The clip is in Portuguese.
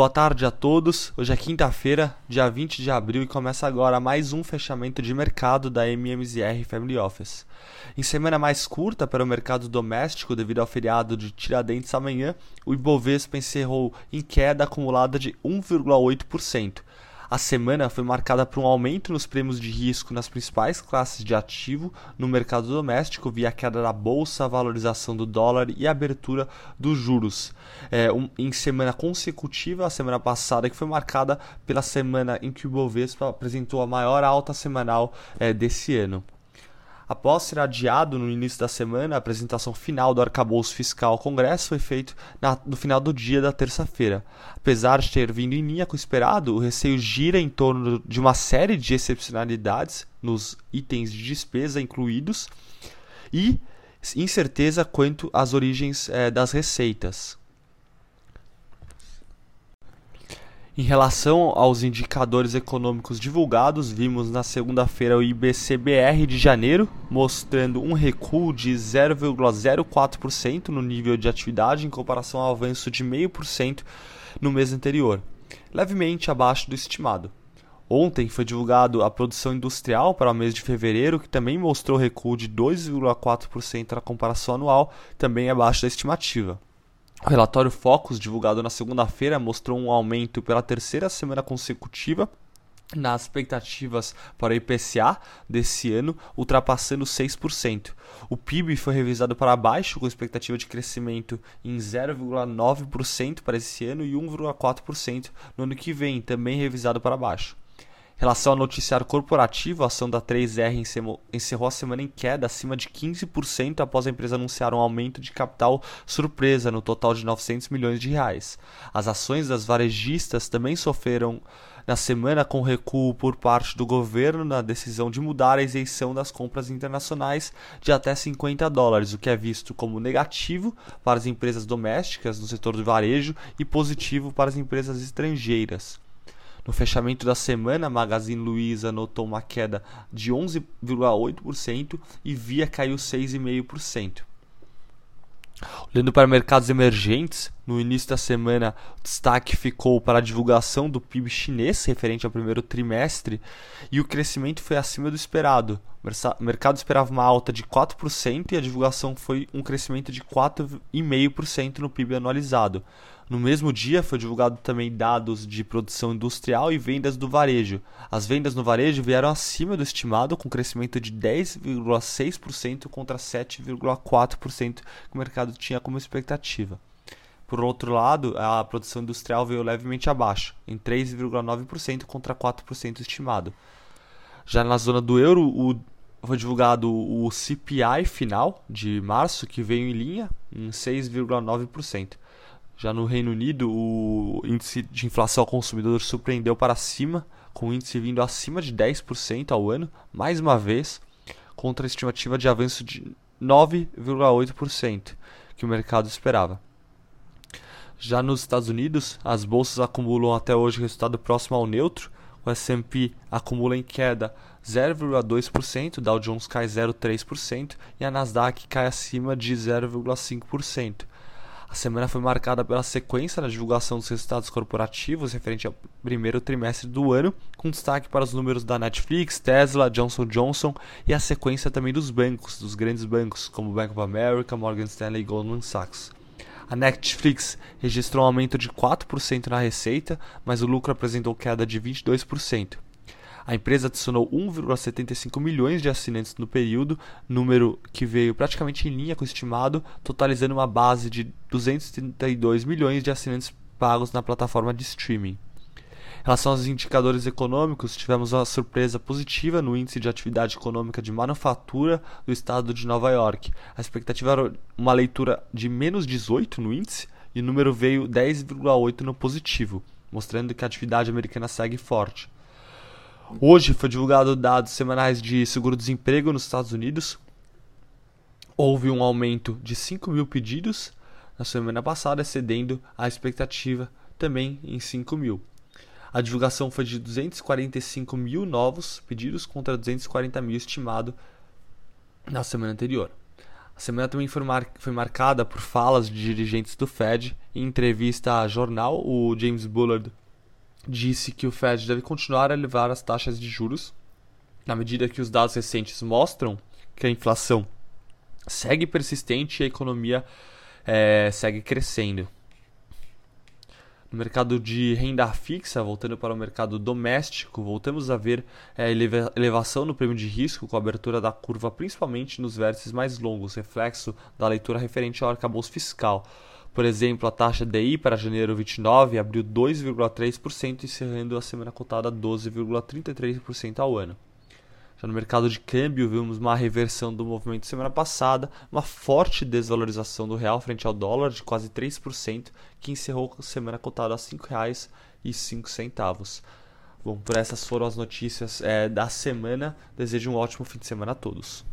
Boa tarde a todos, hoje é quinta-feira, dia 20 de abril e começa agora mais um fechamento de mercado da MMZR Family Office. Em semana mais curta para o mercado doméstico devido ao feriado de Tiradentes amanhã, o Ibovespa encerrou em queda acumulada de 1,8%. A semana foi marcada por um aumento nos prêmios de risco nas principais classes de ativo no mercado doméstico via a queda da bolsa, a valorização do dólar e a abertura dos juros. Em semana consecutiva, a semana passada, que foi marcada pela semana em que o Ibovespa apresentou a maior alta semanal desse ano. Após ser adiado no início da semana, a apresentação final do arcabouço fiscal ao Congresso foi feita no final do dia da terça-feira. Apesar de ter vindo em linha com o esperado, o receio gira em torno de uma série de excepcionalidades nos itens de despesa incluídos e incerteza quanto às origens das receitas. Em relação aos indicadores econômicos divulgados, vimos na segunda-feira o IBC-BR de janeiro, mostrando um recuo de 0,04% no nível de atividade em comparação ao avanço de 0,5% no mês anterior, levemente abaixo do estimado. Ontem foi divulgado a produção industrial para o mês de fevereiro, que também mostrou recuo de 2,4% na comparação anual, também abaixo da estimativa. O relatório Focus, divulgado na segunda-feira, mostrou um aumento pela terceira semana consecutiva nas expectativas para o IPCA desse ano, ultrapassando 6%. O PIB foi revisado para baixo, com expectativa de crescimento em 0,9% para esse ano e 1,4% no ano que vem, também revisado para baixo. Em relação ao noticiário corporativo, a ação da 3R encerrou a semana em queda acima de 15% após a empresa anunciar um aumento de capital surpresa no total de 900 milhões de reais. As ações das varejistas também sofreram na semana com recuo por parte do governo na decisão de mudar a isenção das compras internacionais de até $50, o que é visto como negativo para as empresas domésticas no setor do varejo e positivo para as empresas estrangeiras. No fechamento da semana, a Magazine Luiza anotou uma queda de 11,8% e Via caiu 6,5%. Olhando para mercados emergentes, no início da semana o destaque ficou para a divulgação do PIB chinês referente ao primeiro trimestre e o crescimento foi acima do esperado. O mercado esperava uma alta de 4% e a divulgação foi um crescimento de 4,5% no PIB anualizado. No mesmo dia foi divulgado também dados de produção industrial e vendas do varejo. As vendas no varejo vieram acima do estimado, com crescimento de 10,6% contra 7,4% que o mercado tinha como expectativa. Por outro lado, a produção industrial veio levemente abaixo, em 3,9% contra 4% estimado. Já na zona do euro, foi divulgado o CPI final de março, que veio em linha em 6,9%. Já no Reino Unido, o índice de inflação ao consumidor surpreendeu para cima, com o índice vindo acima de 10% ao ano, mais uma vez, contra a estimativa de avanço de 9,8% que o mercado esperava. Já nos Estados Unidos, as bolsas acumulam até hoje resultado próximo ao neutro. O S&P acumula em queda 0,2%, o Dow Jones cai 0,3% e a Nasdaq cai acima de 0,5%. A semana foi marcada pela sequência da divulgação dos resultados corporativos referente ao primeiro trimestre do ano, com destaque para os números da Netflix, Tesla, Johnson & Johnson e a sequência também dos bancos, dos grandes bancos, como Bank of America, Morgan Stanley e Goldman Sachs. A Netflix registrou um aumento de 4% na receita, mas o lucro apresentou queda de 22%. A empresa adicionou 1,75 milhões de assinantes no período, número que veio praticamente em linha com o estimado, totalizando uma base de 232 milhões de assinantes pagos na plataforma de streaming. Em relação aos indicadores econômicos, tivemos uma surpresa positiva no índice de atividade econômica de manufatura do estado de Nova York. A expectativa era uma leitura de menos 18 no índice e o número veio 10,8 no positivo, mostrando que a atividade americana segue forte. Hoje foi divulgado dados semanais de seguro-desemprego nos Estados Unidos. Houve um aumento de 5 mil pedidos na semana passada, excedendo a expectativa também em 5 mil. A divulgação foi de 245 mil novos pedidos contra 240 mil estimado na semana anterior. A semana também foi marcada por falas de dirigentes do Fed. Em entrevista a jornal, o James Bullard disse que o Fed deve continuar a elevar as taxas de juros na medida que os dados recentes mostram que a inflação segue persistente e a economia segue crescendo. No mercado de renda fixa, voltando para o mercado doméstico, voltamos a ver elevação no prêmio de risco com a abertura da curva, principalmente nos vértices mais longos, reflexo da leitura referente ao arcabouço fiscal. Por exemplo, a taxa DI para janeiro 29 abriu 2,3%, encerrando a semana cotada a 12,33% ao ano. Já no mercado de câmbio, vimos uma reversão do movimento semana passada, uma forte desvalorização do real frente ao dólar de quase 3%, que encerrou a semana cotada a R$ 5,05. Bom, por essas foram as notícias da semana. Desejo um ótimo fim de semana a todos.